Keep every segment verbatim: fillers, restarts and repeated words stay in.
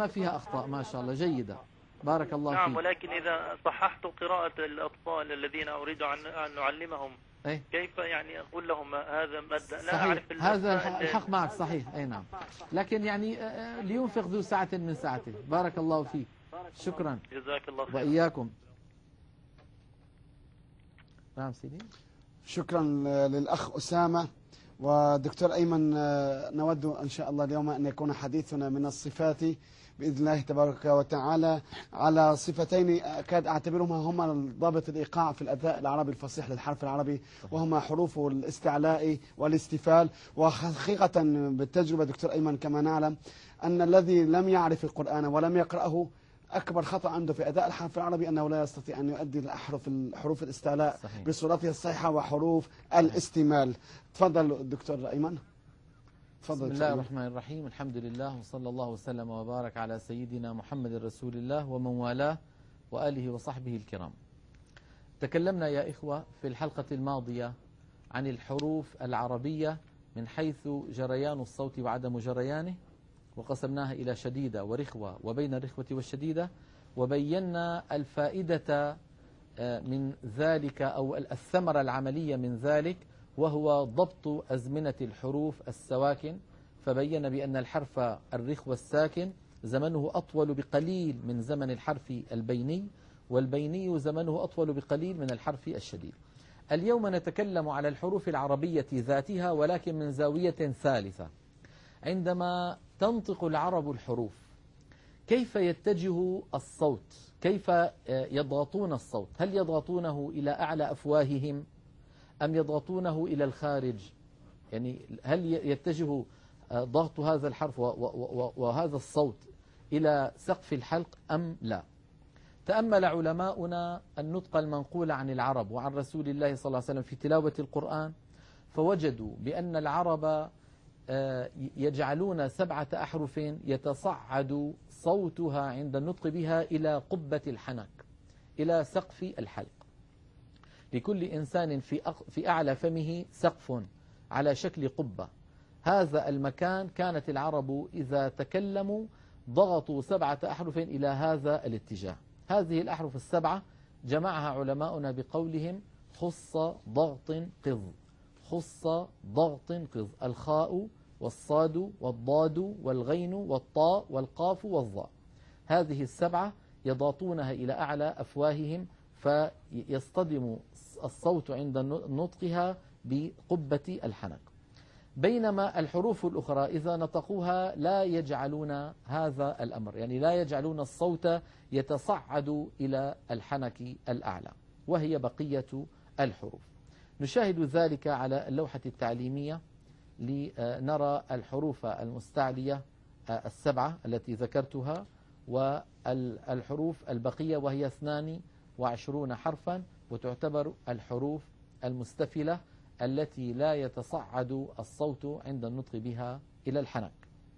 ما فيها أخطاء ما شاء الله، جيدة، بارك الله نعم فيك. ولكن إذا صححت قراءة الأطفال الذين أريد أن نعلمهم أي؟ كيف يعني أقول لهم هذا مد لا صحيح. أعرف هذا الحق معك صحيح. أي نعم، لكن يعني لينفق ذو ساعة من ساعته. بارك الله فيك، شكرا، جزاك الله خير. وإياكم. نعم سيدي. شكرا للأخ أسامة. ودكتور أيمن، نود إن شاء الله اليوم أن يكون حديثنا من الصفات بإذن الله تبارك وتعالى على صفتين أكاد أعتبرهما هما ضابط الإيقاع في الأداء العربي الفصيح للحرف العربي، وهما حروف الاستعلاء والاستفال. وحقيقة بالتجربة دكتور أيمن كما نعلم أن الذي لم يعرف القرآن ولم يقرأه أكبر خطأ عنده في أداء الحرف العربي أنه لا يستطيع أن يؤدي الأحرف حروف الاستعلاء صحيح. بصورتها الصحيحة وحروف الاستمال. تفضل دكتور أيمن. بسم الله الرحمن الرحيم، الحمد لله وصلى الله وسلم وبارك على سيدنا محمد رسول الله ومن والاه وآله وصحبه الكرام. تكلمنا يا إخوة في الحلقة الماضية عن الحروف العربية من حيث جريان الصوت وعدم جريانه، وقسمناها إلى شديدة ورخوة وبين الرخوة والشديدة، وبينا الفائدة من ذلك أو الثمرة العملية من ذلك، وهو ضبط أزمنة الحروف السواكن. فبين بأن الحرف الرخوة الساكن زمنه أطول بقليل من زمن الحرف البيني، والبيني زمنه أطول بقليل من الحرف الشديد. اليوم نتكلم على الحروف العربية ذاتها، ولكن من زاوية ثالثة. عندما تنطق العرب الحروف كيف يتجه الصوت؟ كيف يضغطون الصوت؟ هل يضغطونه إلى أعلى أفواههم أم يضغطونه إلى الخارج؟ يعني هل يتجه ضغط هذا الحرف وهذا الصوت إلى سقف الحلق أم لا؟ تأمل علماؤنا النطق المنقول عن العرب وعن رسول الله صلى الله عليه وسلم في تلاوة القرآن، فوجدوا بأن العرب يجعلون سبعة أحرف يتصعد صوتها عند النطق بها إلى قبة الحنك، إلى سقف الحلق. لكل إنسان في في أعلى فمه سقف على شكل قبة. هذا المكان كانت العرب إذا تكلموا ضغطوا سبعة أحرف إلى هذا الاتجاه. هذه الأحرف السبعة جمعها علماؤنا بقولهم خص ضغط قض، خص ضغط قض، الخاء والصاد والضاد والغين والطاء والقاف والظاء. هذه السبعة يضغطونها إلى أعلى أفواههم فيصطدم الصوت عند نطقها بقبة الحنك. بينما الحروف الأخرى إذا نطقوها لا يجعلون هذا الأمر، يعني لا يجعلون الصوت يتصعد إلى الحنك الأعلى، وهي بقية الحروف. نشاهد ذلك على اللوحة التعليمية لنرى الحروف المستعلية السبعة التي ذكرتها، والحروف البقية وهي اثنان وعشرون حرفا، وتعتبر الحروف المستفلة التي لا يتصعد الصوت عند النطق بها إلى الحنك.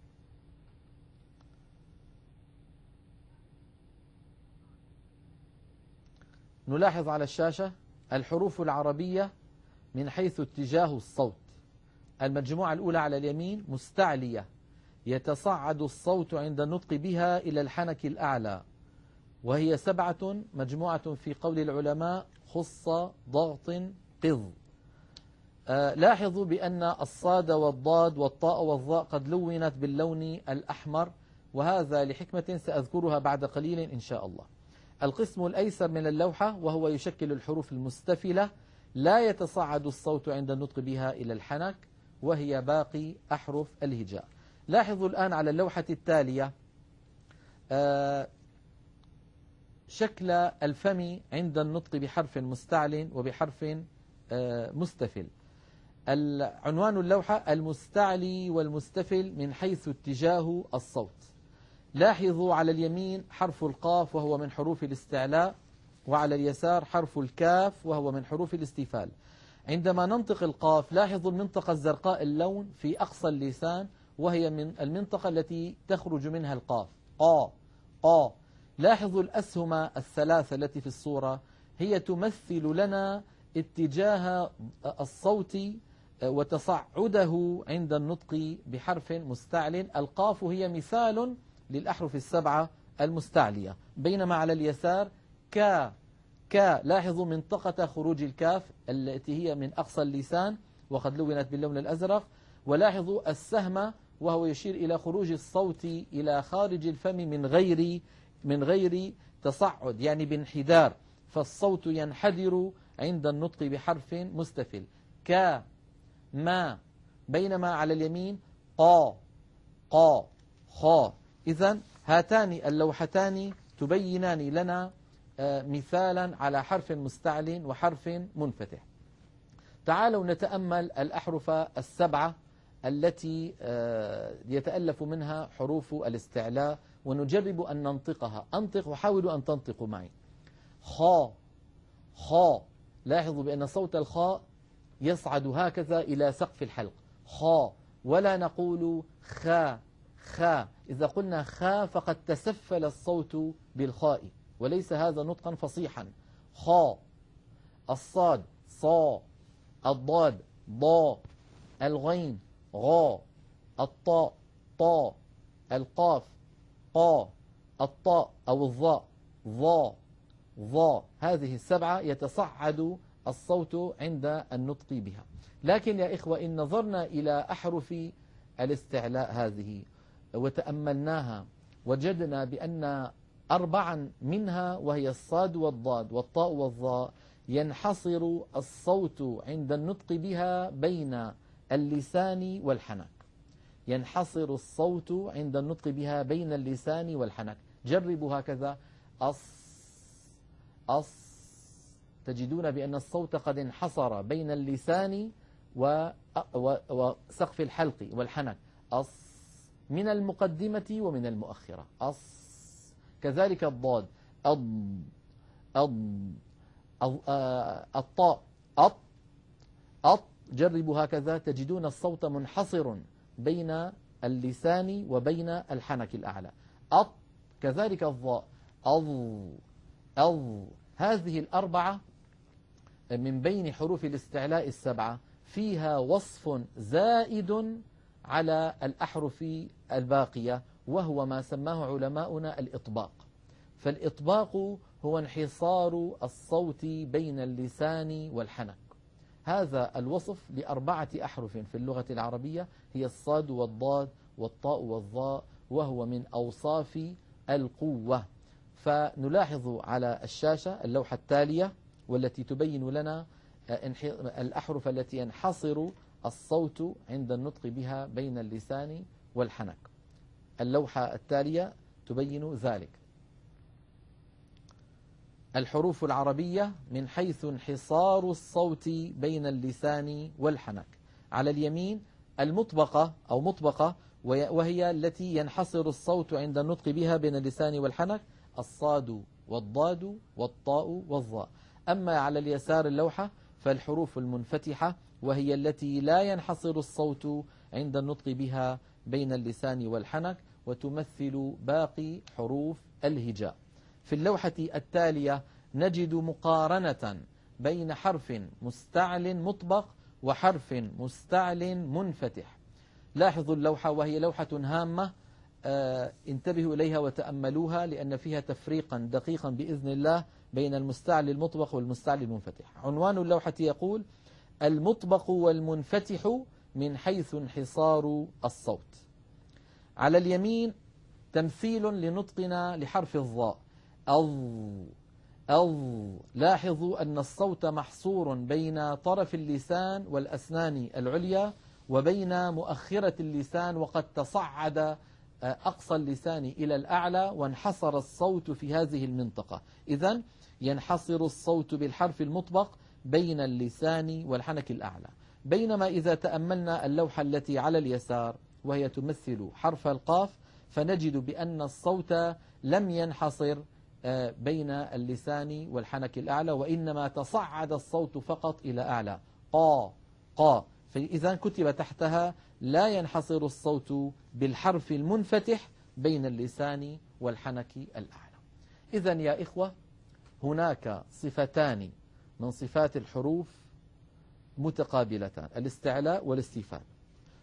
نلاحظ على الشاشة الحروف العربية من حيث اتجاه الصوت. المجموعة الأولى على اليمين مستعلية يتصعد الصوت عند النطق بها إلى الحنك الأعلى، وهي سبعة مجموعة في قول العلماء خص ضغط قض. آه لاحظوا بأن الصاد والضاد والطاء والظاء قد لونت باللون الأحمر، وهذا لحكمة سأذكرها بعد قليل إن شاء الله. القسم الأيسر من اللوحة وهو يشكل الحروف المستفلة لا يتصعد الصوت عند النطق بها إلى الحنك، وهي باقي أحرف الهجاء. لاحظوا الآن على اللوحة التالية آه شكل الفم عند النطق بحرف مستعل وبحرف آه مستفل. العنوان اللوحة المستعلي والمستفل من حيث اتجاه الصوت. لاحظوا على اليمين حرف القاف وهو من حروف الاستعلاء، وعلى اليسار حرف الكاف وهو من حروف الاستفال. عندما ننطق القاف لاحظوا المنطقة الزرقاء اللون في أقصى اللسان، وهي من المنطقة التي تخرج منها القاف، قا قا. لاحظوا الأسهم الثلاثة التي في الصورة هي تمثل لنا اتجاه الصوت وتصعده عند النطق بحرف مستعل. القاف هي مثال للأحرف السبعة المستعلية، بينما على اليسار كا كا. لاحظوا منطقة خروج الكاف التي هي من أقصى اللسان وقد لونت باللون الأزرق، ولاحظوا السهم وهو يشير إلى خروج الصوت إلى خارج الفم من غير من غير تصعد، يعني بانحدار، فالصوت ينحدر عند النطق بحرف مستفل كا ما. بينما على اليمين قا قا خا. إذن هاتان اللوحتان تبينان لنا مثالا على حرف مستعل وحرف منفتح. تعالوا نتأمل الأحرف السبعة التي يتألف منها حروف الاستعلاء ونجرب أن ننطقها. أنطق وحاولوا أن تنطقوا معي. خا خا. لاحظوا بأن صوت الخاء يصعد هكذا إلى سقف الحلق خا، ولا نقول خا خا. إذا قلنا خا فقد تسفل الصوت بالخاء وليس هذا نطقا فصيحا. خا. الصاد صا، الضاد ضا، الغين غا، الطاء طا، القاف قا، الطاء أو الظاء ظا ظا. هذه السبعة يتصعد الصوت عند النطق بها. لكن يا إخوة إن نظرنا إلى أحرف الاستعلاء هذه وتأملناها وجدنا بأن أربعا منها وهي الصاد والضاد والطاء والظاء ينحصر الصوت عند النطق بها بين اللسان والحنك. ينحصر الصوت عند النطق بها بين اللسان والحنك. جربوا هكذا أص أص، تجدون بأن الصوت قد انحصر بين اللسان وسقف الحلق والحنك. أص من المقدمة ومن المؤخرة أص. كذلك الضاد أض أض. الطاء أط أط. جربوا هكذا تجدون الصوت منحصر بين اللسان وبين الحنك الأعلى أط. كذلك الظاء أض أض. هذه الأربعة من بين حروف الاستعلاء السبعة فيها وصف زائد على الأحرف الباقية، وهو ما سماه علماؤنا الإطباق. فالإطباق هو انحصار الصوت بين اللسان والحنك. هذا الوصف لأربعة أحرف في اللغة العربية هي الصاد والضاد والطاء والظاء، وهو من أوصاف القوة. فنلاحظ على الشاشة اللوحة التالية والتي تبين لنا الأحرف التي ينحصر الصوت عند النطق بها بين اللسان والحنك. اللوحة التالية تبين ذلك. الحروف العربية من حيث انحصار الصوت بين اللسان والحنك. على اليمين المطبقة أو مطبقة، وهي التي ينحصر الصوت عند النطق بها بين اللسان والحنك، الصاد والضاد والطاء والظاء. أما على اليسار اللوحة فالحروف المنفتحة، وهي التي لا ينحصر الصوت عند النطق بها بين اللسان والحنك، وتمثل باقي حروف الهجاء. في اللوحة التالية نجد مقارنة بين حرف مستعل مطبق وحرف مستعل منفتح. لاحظوا اللوحة وهي لوحة هامة، آه انتبهوا إليها وتأملوها لأن فيها تفريقا دقيقا بإذن الله بين المستعل المطبق والمستعل المنفتح. عنوان اللوحة يقول: المطبق والمنفتح من حيث انحصار الصوت. على اليمين تمثيل لنطقنا لحرف الظاء أظ أظ. لاحظوا أن الصوت محصور بين طرف اللسان والأسنان العليا وبين مؤخرة اللسان، وقد تصعد أقصى اللسان إلى الأعلى وانحصر الصوت في هذه المنطقة. إذن ينحصر الصوت بالحرف المطبق بين اللسان والحنك الأعلى. بينما إذا تأملنا اللوحة التي على اليسار وهي تمثل حرف القاف، فنجد بأن الصوت لم ينحصر بين اللسان والحنك الأعلى، وإنما تصعد الصوت فقط إلى أعلى قا قا. فإذا كتب تحتها: لا ينحصر الصوت بالحرف المنفتح بين اللسان والحنك الأعلى. إذن يا إخوة، هناك صفتان من صفات الحروف متقابلتان: الاستعلاء والاستيفال.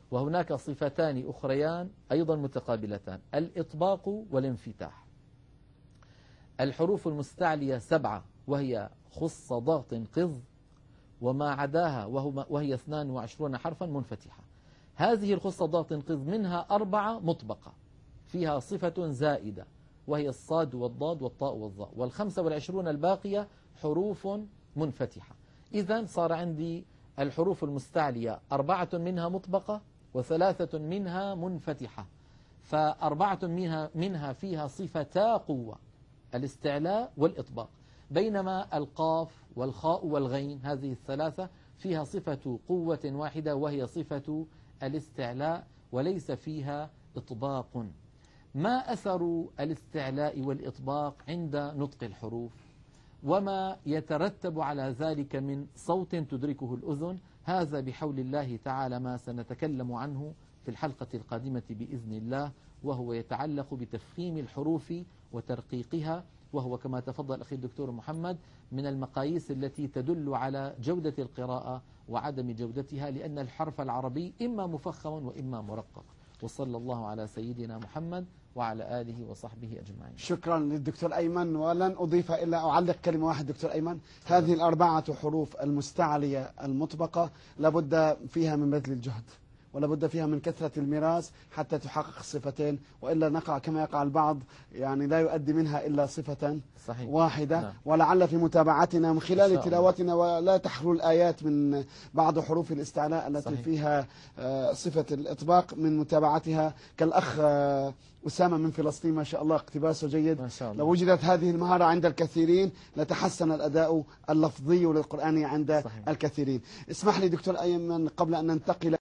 وهناك صفتان أخريان أيضا متقابلتان: الإطباق والانفتاح. الحروف المستعلية سبعة، وهي خص ضغط قض، وما عداها وهي اثنان وعشرون حرفا منفتحة. هذه الخص ضغط قض منها أربعة مطبقة فيها صفة زائدة، وهي الصاد والضاد والطاء والظاء، والخمسة والعشرون الباقية حروف منفتحة. إذن صار عندي الحروف المستعلية أربعة منها مطبقة وثلاثة منها منفتحة، فأربعة منها, منها فيها صفتا قوة، الاستعلاء والإطباق، بينما القاف والخاء والغين هذه الثلاثة فيها صفة قوة واحدة وهي صفة الاستعلاء وليس فيها إطباق. ما أثر الاستعلاء والإطباق عند نطق الحروف وما يترتب على ذلك من صوت تدركه الأذن؟ هذا بحول الله تعالى ما سنتكلم عنه في الحلقة القادمة بإذن الله، وهو يتعلق بتفخيم الحروف وترقيقها، وهو كما تفضل أخي الدكتور محمد من المقاييس التي تدل على جودة القراءة وعدم جودتها، لأن الحرف العربي إما مفخم وإما مرقق. وصلى الله على سيدنا محمد وعلى آله وصحبه أجمعين. شكرا للدكتور أيمن، ولن أضيف إلا أعلق كلمة واحدة دكتور أيمن. هذه الأربعة حروف المستعلية المطبقة لابد فيها من بذل الجهد، ولابد فيها من كثرة المراس حتى تحقق الصفتين، وإلا نقع كما يقع البعض، يعني لا يؤدي منها إلا صفة صحيح. واحدة. نعم. ولعل في متابعتنا من خلال تلاوتنا ولا تخلو الآيات من بعض حروف الاستعلاء التي صحيح. فيها صفة الإطباق، من متابعتها كالأخ أسامة من فلسطين ما شاء الله اقتباسه جيد. ما شاء الله. لو وجدت هذه المهارة عند الكثيرين لتحسن الأداء اللفظي للقرآن عند صحيح. الكثيرين. اسمح لي دكتور أيمن قبل أن ننتقل